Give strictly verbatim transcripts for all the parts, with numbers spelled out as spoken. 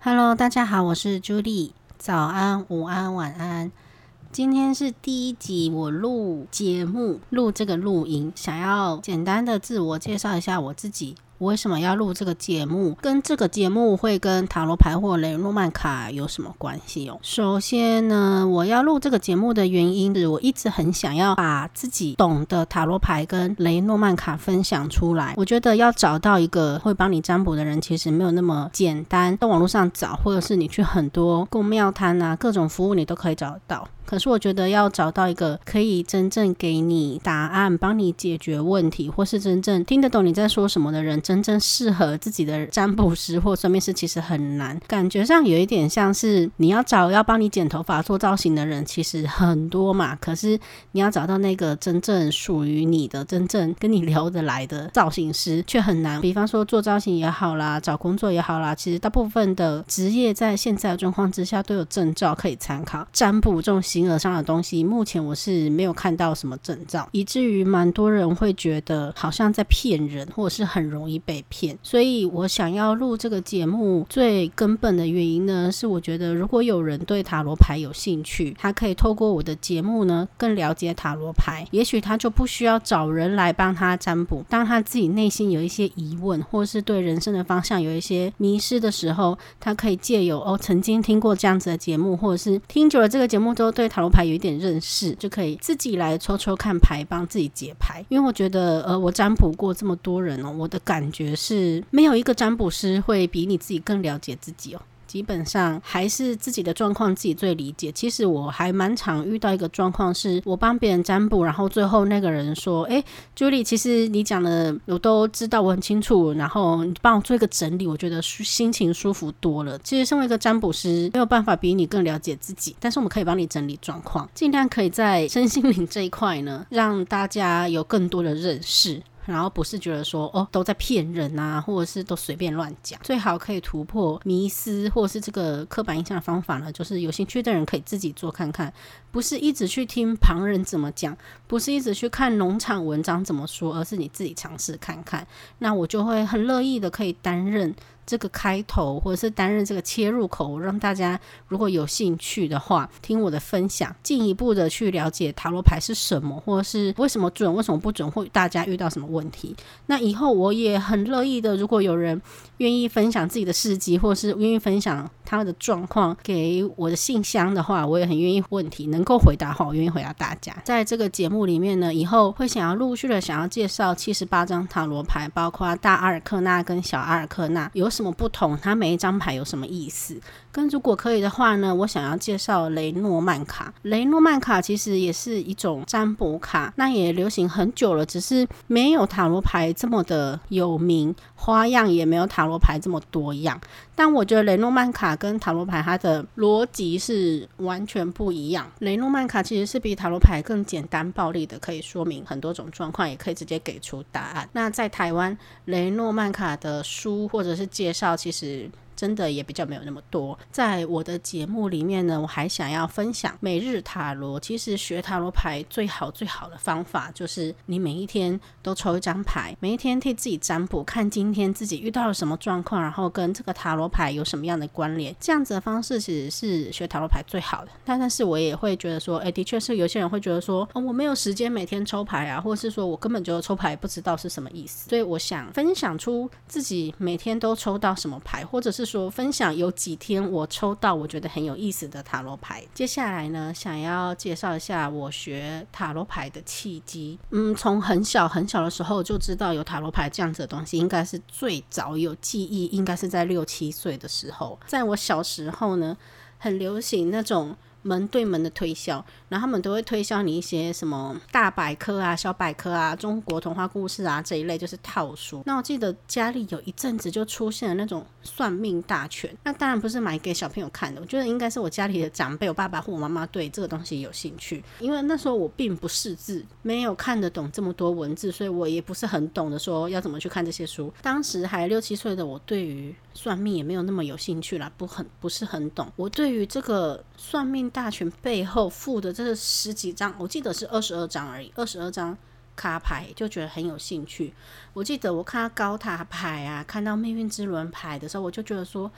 Hello， 大家好，我是 Julie， 早安、午安、晚安。今天是第一集，我录节目，录这个录音，想要简单的自我介绍一下我自己。我为什么要录这个节目？跟这个节目会跟塔罗牌或雷诺曼卡有什么关系哦？首先呢，我要录这个节目的原因是我一直很想要把自己懂的塔罗牌跟雷诺曼卡分享出来。我觉得要找到一个会帮你占卜的人，其实没有那么简单，在网络上找，或者是你去很多宫庙摊啊，各种服务你都可以找得到。可是我觉得要找到一个可以真正给你答案，帮你解决问题，或是真正听得懂你在说什么的人，真正适合自己的占卜师或算命师其实很难。感觉上有一点像是你要找要帮你剪头发做造型的人其实很多嘛，可是你要找到那个真正属于你的，真正跟你聊得来的造型师却很难。比方说做造型也好啦，找工作也好啦，其实大部分的职业在现在的状况之下都有证照可以参考。占卜这种形而上的东西，目前我是没有看到什么证照，以至于蛮多人会觉得好像在骗人，或者是很容易被骗。所以我想要录这个节目最根本的原因呢，是我觉得如果有人对塔罗牌有兴趣，他可以透过我的节目呢更了解塔罗牌，也许他就不需要找人来帮他占卜。当他自己内心有一些疑问，或是对人生的方向有一些迷失的时候，他可以借由哦曾经听过这样子的节目，或者是听久了这个节目之后对塔罗牌有一点认识，就可以自己来抽抽看牌，帮自己解牌。因为我觉得呃，我占卜过这么多人哦，我的感觉是没有一个占卜师会比你自己更了解自己哦，基本上还是自己的状况自己最理解。其实我还蛮常遇到一个状况，是我帮别人占卜，然后最后那个人说诶 Julie 其实你讲的我都知道，我很清楚，然后你帮我做一个整理，我觉得心情舒服多了。其实身为一个占卜师没有办法比你更了解自己，但是我们可以帮你整理状况，尽量可以在身心灵这一块呢让大家有更多的认识，然后不是觉得说哦都在骗人啊，或者是都随便乱讲。最好可以突破迷思或者是这个刻板印象的方法呢，就是有兴趣的人可以自己做看看，不是一直去听旁人怎么讲，不是一直去看农场文章怎么说，而是你自己尝试看看。那我就会很乐意的可以担任这个开头，或者是担任这个切入口，让大家如果有兴趣的话听我的分享，进一步的去了解塔罗牌是什么，或者是为什么准为什么不准，或大家遇到什么问题。那以后我也很乐意的，如果有人愿意分享自己的事迹，或是愿意分享他们的状况给我的信箱的话，我也很愿意问题能够回答好，我愿意回答大家。在这个节目里面呢，以后会想要陆续的想要介绍七十八张塔罗牌，包括大阿尔克纳跟小阿尔克纳有什么不同，它每一张牌有什么意思，跟如果可以的话呢，我想要介绍雷诺曼卡。雷诺曼卡其实也是一种占卜卡，那也流行很久了，只是没有塔罗牌这么的有名，花样也没有塔罗牌这么多样。但我觉得雷诺曼卡跟塔罗牌它的逻辑是完全不一样。雷诺曼卡其实是比塔罗牌更简单暴力的，可以说明很多种状况，也可以直接给出答案。那在台湾雷诺曼卡的书或者是介绍其实真的也比较没有那么多。在我的节目里面呢，我还想要分享每日塔罗。其实学塔罗牌最好最好的方法就是你每一天都抽一张牌，每一天替自己占卜，看今天自己遇到了什么状况，然后跟这个塔罗牌有什么样的关联。这样子的方式其实是学塔罗牌最好的。但但是我也会觉得说诶，的确是有些人会觉得说、哦、我没有时间每天抽牌啊，或是说我根本就抽牌不知道是什么意思。所以我想分享出自己每天都抽到什么牌，或者是说分享有几天我抽到我觉得很有意思的塔罗牌。接下来呢，想要介绍一下我学塔罗牌的契机。嗯，从很小很小的时候就知道有塔罗牌这样子的东西，应该是最早有记忆，应该是在六七岁的时候。在我小时候呢，很流行那种门对门的推销，然后他们都会推销你一些什么大百科啊、小百科啊、中国童话故事啊这一类，就是套书。那我记得家里有一阵子就出现了那种算命大全，那当然不是买给小朋友看的，我觉得应该是我家里的长辈，我爸爸或我妈妈对这个东西有兴趣。因为那时候我并不识字，没有看得懂这么多文字，所以我也不是很懂得说要怎么去看这些书。当时还六七岁的我对于算命也没有那么有兴趣啦，不很不是很懂。我对于这个算命大全背后附的这十几张，我记得是二十二张而已，二十二张卡牌，就觉得很有兴趣。我记得我看到高塔牌啊，看到命运之轮牌的时候，我就觉得说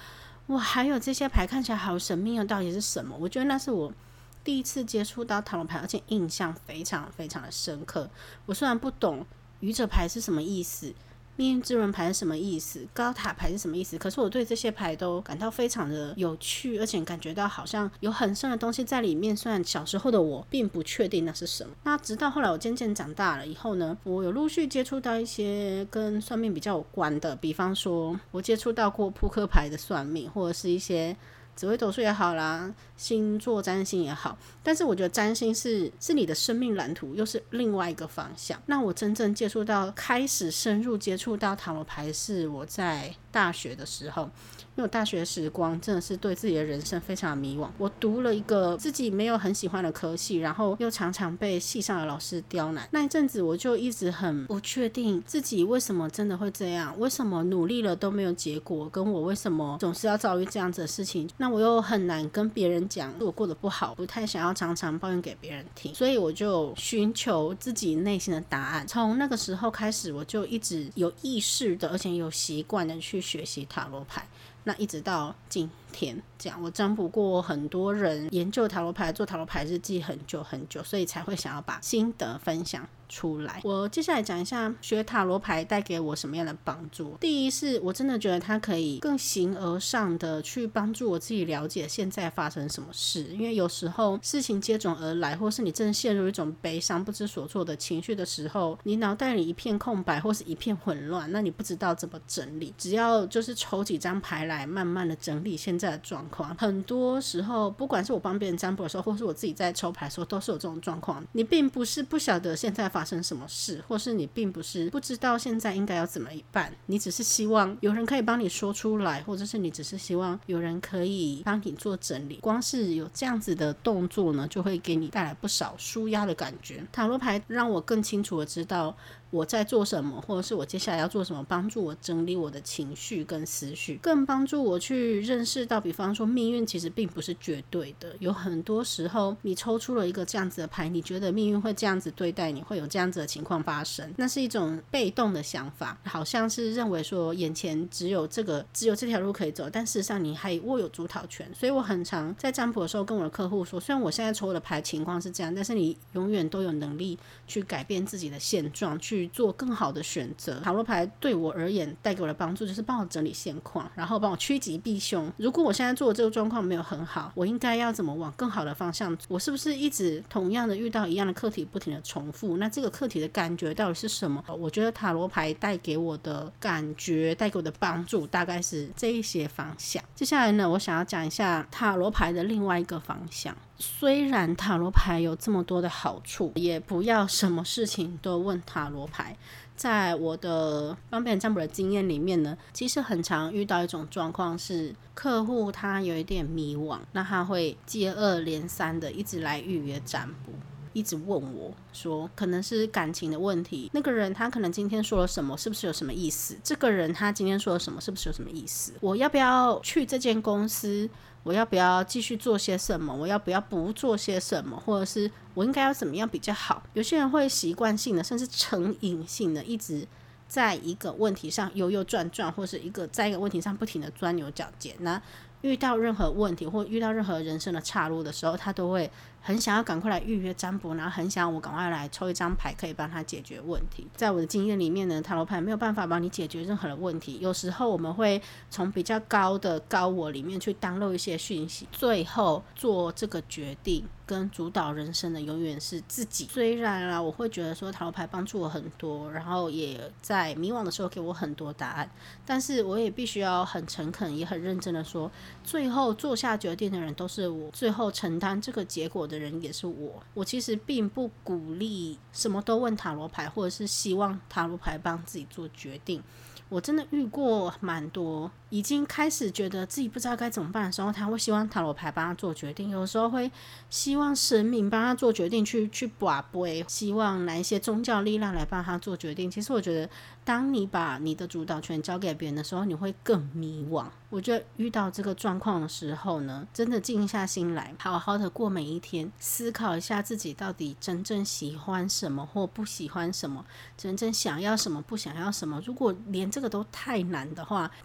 哇，还有这些牌看起来好神秘哦，到底是什么？我觉得那是我第一次接触到塔罗牌，而且印象非常非常的深刻。我虽然不懂愚者牌是什么意思，命运之轮牌是什么意思，高塔牌是什么意思，可是我对这些牌都感到非常的有趣，而且感觉到好像有很深的东西在里面。虽然小时候的我并不确定那是什么，那直到后来我渐渐长大了以后呢，我有陆续接触到一些跟算命比较有关的，比方说我接触到过扑克牌的算命，或者是一些紫微斗数也好啦，星座占星也好，但是我觉得占星是是你的生命蓝图，又是另外一个方向。那我真正接触到开始深入接触到塔罗牌是我在大学的时候，因为我大学时光真的是对自己的人生非常的迷惘。我读了一个自己没有很喜欢的科系，然后又常常被系上的老师刁难，那一阵子我就一直很不确定自己为什么真的会这样，为什么努力了都没有结果，跟我为什么总是要遭遇这样子的事情。那我又很难跟别人讲我过得不好，不太想要常常抱怨给别人听，所以我就寻求自己内心的答案。从那个时候开始，我就一直有意识的而且有习惯的去学习塔罗牌，那一直到今天这样。我占卜过很多人，研究塔罗牌，做塔罗牌日记很久很久，所以才会想要把心得分享出来。我接下来讲一下学塔罗牌带给我什么样的帮助。第一是我真的觉得它可以更形而上的去帮助我自己了解现在发生什么事，因为有时候事情接踵而来，或是你真的陷入一种悲伤不知所措的情绪的时候，你脑袋里一片空白或是一片混乱，那你不知道怎么整理，只要就是抽几张牌来慢慢的整理现在的状况。很多时候不管是我帮别人占卜的时候，或是我自己在抽牌的时候，都是有这种状况。你并不是不晓得现在发生什么事，或是你并不是不知道现在应该要怎么办，你只是希望有人可以帮你说出来，或者是你只是希望有人可以帮你做整理。光是有这样子的动作呢，就会给你带来不少抒压的感觉。塔罗牌让我更清楚的知道我在做什么，或者是我接下来要做什么，帮助我整理我的情绪跟思绪，更帮助我去认识到，比方说命运其实并不是绝对的。有很多时候你抽出了一个这样子的牌，你觉得命运会这样子对待你，会有这样子的情况发生，那是一种被动的想法，好像是认为说眼前只有这个只有这条路可以走，但事实上你还握有主导权。所以我很常在占卜的时候跟我的客户说，虽然我现在抽的牌情况是这样，但是你永远都有能力去改变自己的现状，去做更好的选择。塔罗牌对我而言带给我的帮助就是帮我整理现况，然后帮我趋吉避凶。如果我现在做的这个状况没有很好，我应该要怎么往更好的方向，我是不是一直同样的遇到一样的课题不停的重复，那这个课题的感觉到底是什么？我觉得塔罗牌带给我的感觉，带给我的帮助大概是这一些方向。接下来呢，我想要讲一下塔罗牌的另外一个方向。虽然塔罗牌有这么多的好处，也不要什么事情都问塔罗牌。在我的帮别人占卜的经验里面呢，其实很常遇到一种状况是，客户他有一点迷惘，那他会接二连三的一直来预约占卜，一直问我说可能是感情的问题，那个人他可能今天说了什么，是不是有什么意思，这个人他今天说了什么，是不是有什么意思，我要不要去这间公司，我要不要继续做些什么，我要不要不做些什么，或者是我应该要怎么样比较好。有些人会习惯性的甚至成瘾性的一直在一个问题上悠悠转转，或是一个在一个问题上不停的钻牛角尖，那遇到任何问题或遇到任何人生的岔路的时候，他都会很想要赶快来预约占卜，然后很想我赶快来抽一张牌可以帮他解决问题。在我的经验里面呢，塔罗牌没有办法帮你解决任何的问题。有时候我们会从比较高的高我里面去download一些讯息，最后做这个决定跟主导人生的永远是自己。虽然啊，我会觉得说塔罗牌帮助我很多，然后也在迷惘的时候给我很多答案，但是我也必须要很诚恳也很认真的说，最后做下决定的人都是我，最后承担这个结果的人也是我。我其实并不鼓励什么都问塔罗牌，或者是希望塔罗牌帮自己做决定。我真的遇过蛮多已经开始觉得自己不知道该怎么办的时候，他会希望塔罗牌帮他做决定，有时候会希望神明帮他做决定，去去拔杯，希望哪一些宗教力量来帮他做决定。其实我觉得当你把你的主导权交给别人的时候，你会更迷惘。我觉得遇到这个状况的时候呢，真的静下心来，好好的过每一天，思考一下自己到底真正喜欢什么或不喜欢什么，真正想要什么不想要什么。如果连这个都太难的话，就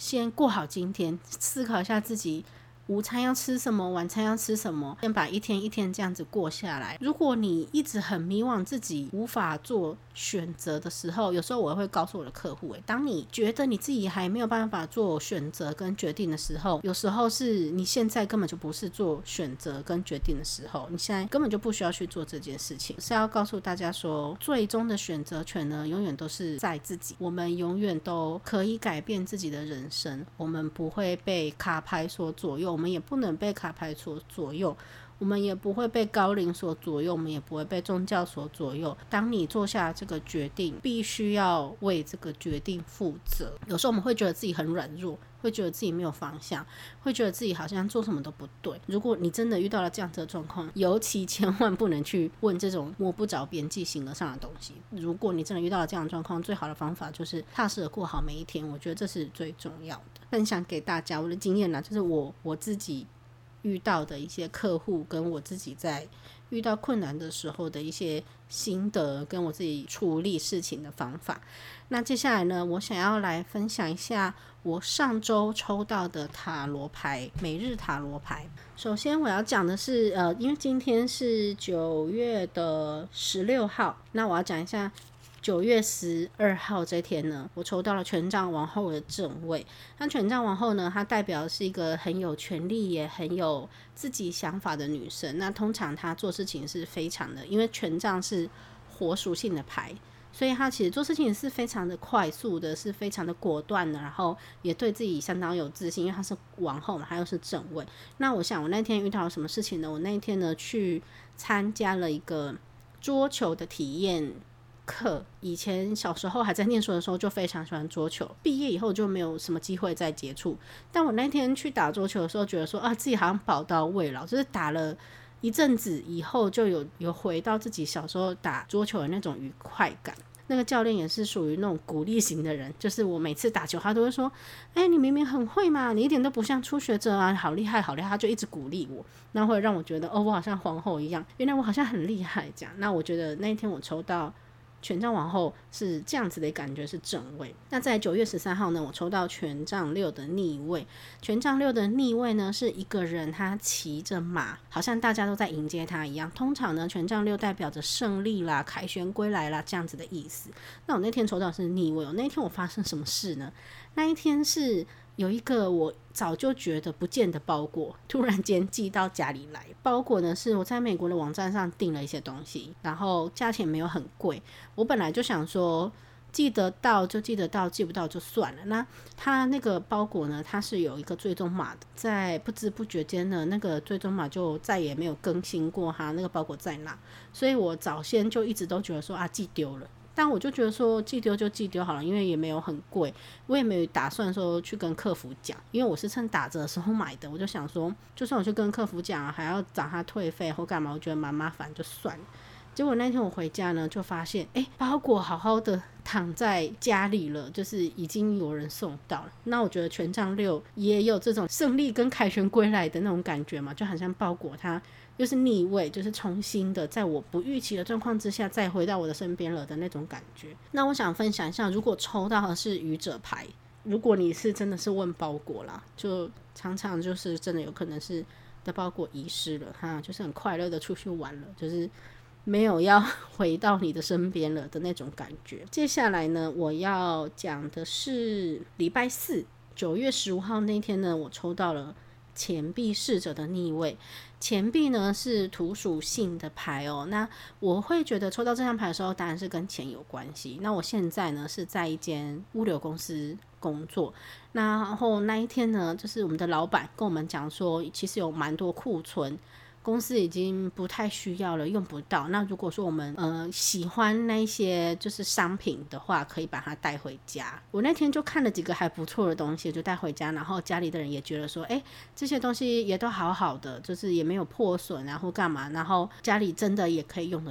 先过好今天，思考一下自己午餐要吃什么，晚餐要吃什么，先把一天一天这样子过下来。如果你一直很迷惘，自己无法做选择的时候，有时候我会告诉我的客户，当你觉得你自己还没有办法做选择跟决定的时候，有时候是你现在根本就不是做选择跟决定的时候，你现在根本就不需要去做这件事情。是要告诉大家说，最终的选择权呢，永远都是在自己，我们永远都可以改变自己的人生，我们不会被卡牌所左右，我们也不能被卡牌所左右，我们也不会被高龄所左右，我们也不会被宗教所左右。当你做下这个决定，必须要为这个决定负责。有时候我们会觉得自己很软弱，会觉得自己没有方向，会觉得自己好像做什么都不对。如果你真的遇到了这样子的状况，尤其千万不能去问这种摸不着边际形而上的东西。如果你真的遇到了这样的状况，最好的方法就是踏实的过好每一天，我觉得这是最重要的。分享给大家我的经验啦，就是我我自己遇到的一些客户，跟我自己在遇到困难的时候的一些心得，跟我自己处理事情的方法。那接下来呢，我想要来分享一下我上周抽到的塔罗牌，每日塔罗牌。首先我要讲的是呃，因为今天是九月的十六号，那我要讲一下九月十二号这天呢，我抽到了权杖王后的正位。那权杖王后呢，它代表的是一个很有权力也很有自己想法的女生。那通常她做事情是非常的，因为权杖是火属性的牌，所以她其实做事情是非常的快速的，是非常的果断的，然后也对自己相当有自信，因为她是王后嘛，她又是正位。那我想我那天遇到了什么事情呢？我那一天呢去参加了一个桌球的体验课。以前小时候还在念书的时候就非常喜欢桌球，毕业以后就没有什么机会再接触。但我那天去打桌球的时候，觉得说啊，自己好像宝刀未老，就是打了一阵子以后，就有有回到自己小时候打桌球的那种愉快感。那个教练也是属于那种鼓励型的人，就是我每次打球他都会说，哎、欸，你明明很会嘛，你一点都不像初学者啊，好厉害好厉害，他就一直鼓励我，那会让我觉得哦，我好像皇后一样，原来我好像很厉害这样。那我觉得那一天我抽到权杖王后是这样子的感觉，是正位。那在九月十三号呢，我抽到权杖六的逆位。权杖六的逆位呢，是一个人他骑着马，好像大家都在迎接他一样。通常呢，权杖六代表着胜利啦、凯旋归来啦这样子的意思。那我那天抽到的是逆位，我那天我发生什么事呢？那一天是有一个我早就觉得不见的包裹突然间寄到家里来。包裹呢是我在美国的网站上订了一些东西，然后价钱没有很贵。我本来就想说寄得到就寄得到，寄不到就算了。那它那个包裹呢，它是有一个追踪码的，在不知不觉间呢，那个追踪码就再也没有更新过它那个包裹在哪。所以我早先就一直都觉得说啊，寄丢了。但我就觉得说寄丢就寄丢好了，因为也没有很贵，我也没有打算说去跟客服讲，因为我是趁打折的时候买的。我就想说就算我去跟客服讲啊，还要找他退费或干嘛，我觉得蛮麻烦，就算了。结果那天我回家呢，就发现哎，包裹好好的躺在家里了，就是已经有人送到了。那我觉得权杖六也有这种胜利跟凯旋归来的那种感觉嘛，就好像包裹它又是逆位，就是重新的在我不预期的状况之下再回到我的身边了的那种感觉。那我想分享一下，如果抽到的是愚者牌，如果你是真的是问包裹啦，就常常就是真的有可能是的包裹遗失了哈，就是很快乐的出去玩了，就是没有要回到你的身边了的那种感觉。接下来呢，我要讲的是礼拜四九月十五号那天呢，我抽到了钱币侍者的逆位。钱币呢是土属性的牌哦，那我会觉得抽到这张牌的时候当然是跟钱有关系。那我现在呢是在一间物流公司工作，然后那一天呢就是我们的老板跟我们讲说，其实有蛮多库存，公司已经不太需要了，用不到。那如果说我们呃喜欢那一些就是商品的话，可以把它带回家。我那天就看了几个还不错的东西，就带回家，然后家里的人也觉得说，哎，这些东西也都好好的，就是也没有破损啊或干嘛，然后家里真的也可以用得到。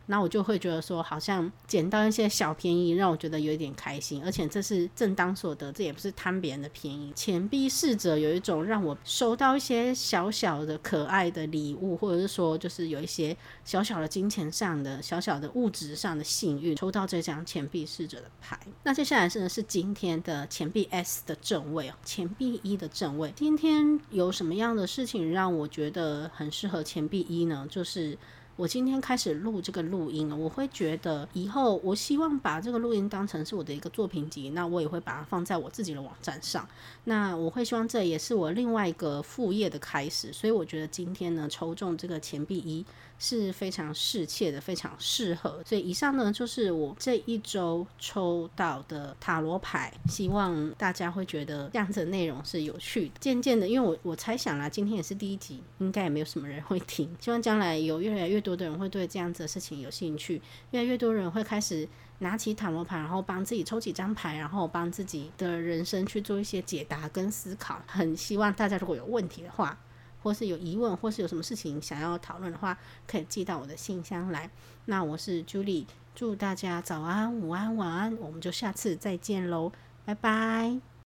那我就会觉得说好像捡到一些小便宜，让我觉得有一点开心，而且这是正当所得，这也不是贪别人的便宜。钱币侍者有一种让我收到一些小小的可爱的礼物，或者是说就是有一些小小的金钱上的小小的物质上的幸运，抽到这张钱币侍者的牌。那接下来是是今天的钱币 S 的正位，钱币一的正位。今天有什么样的事情让我觉得很适合钱币一呢？就是我今天开始录这个录音了，我会觉得以后我希望把这个录音当成是我的一个作品集，那我也会把它放在我自己的网站上。那我会希望这也是我另外一个副业的开始，所以我觉得今天呢抽中这个钱币一是非常适切的，非常适合。所以以上呢就是我这一周抽到的塔罗牌，希望大家会觉得这样子的内容是有趣的。渐渐的，因为我我猜想啦，今天也是第一集，应该也没有什么人会听，希望将来有越来越多的人会对这样子的事情有兴趣，越来越多人会开始拿起塔罗牌，然后帮自己抽几张牌，然后帮自己的人生去做一些解答跟思考。很希望大家如果有问题的话，或是有疑问，或是有什么事情想要讨论的话，可以寄到我的信箱来。那我是 Julie， 祝大家早安、午安、晚安，我们就下次再见咯，拜拜。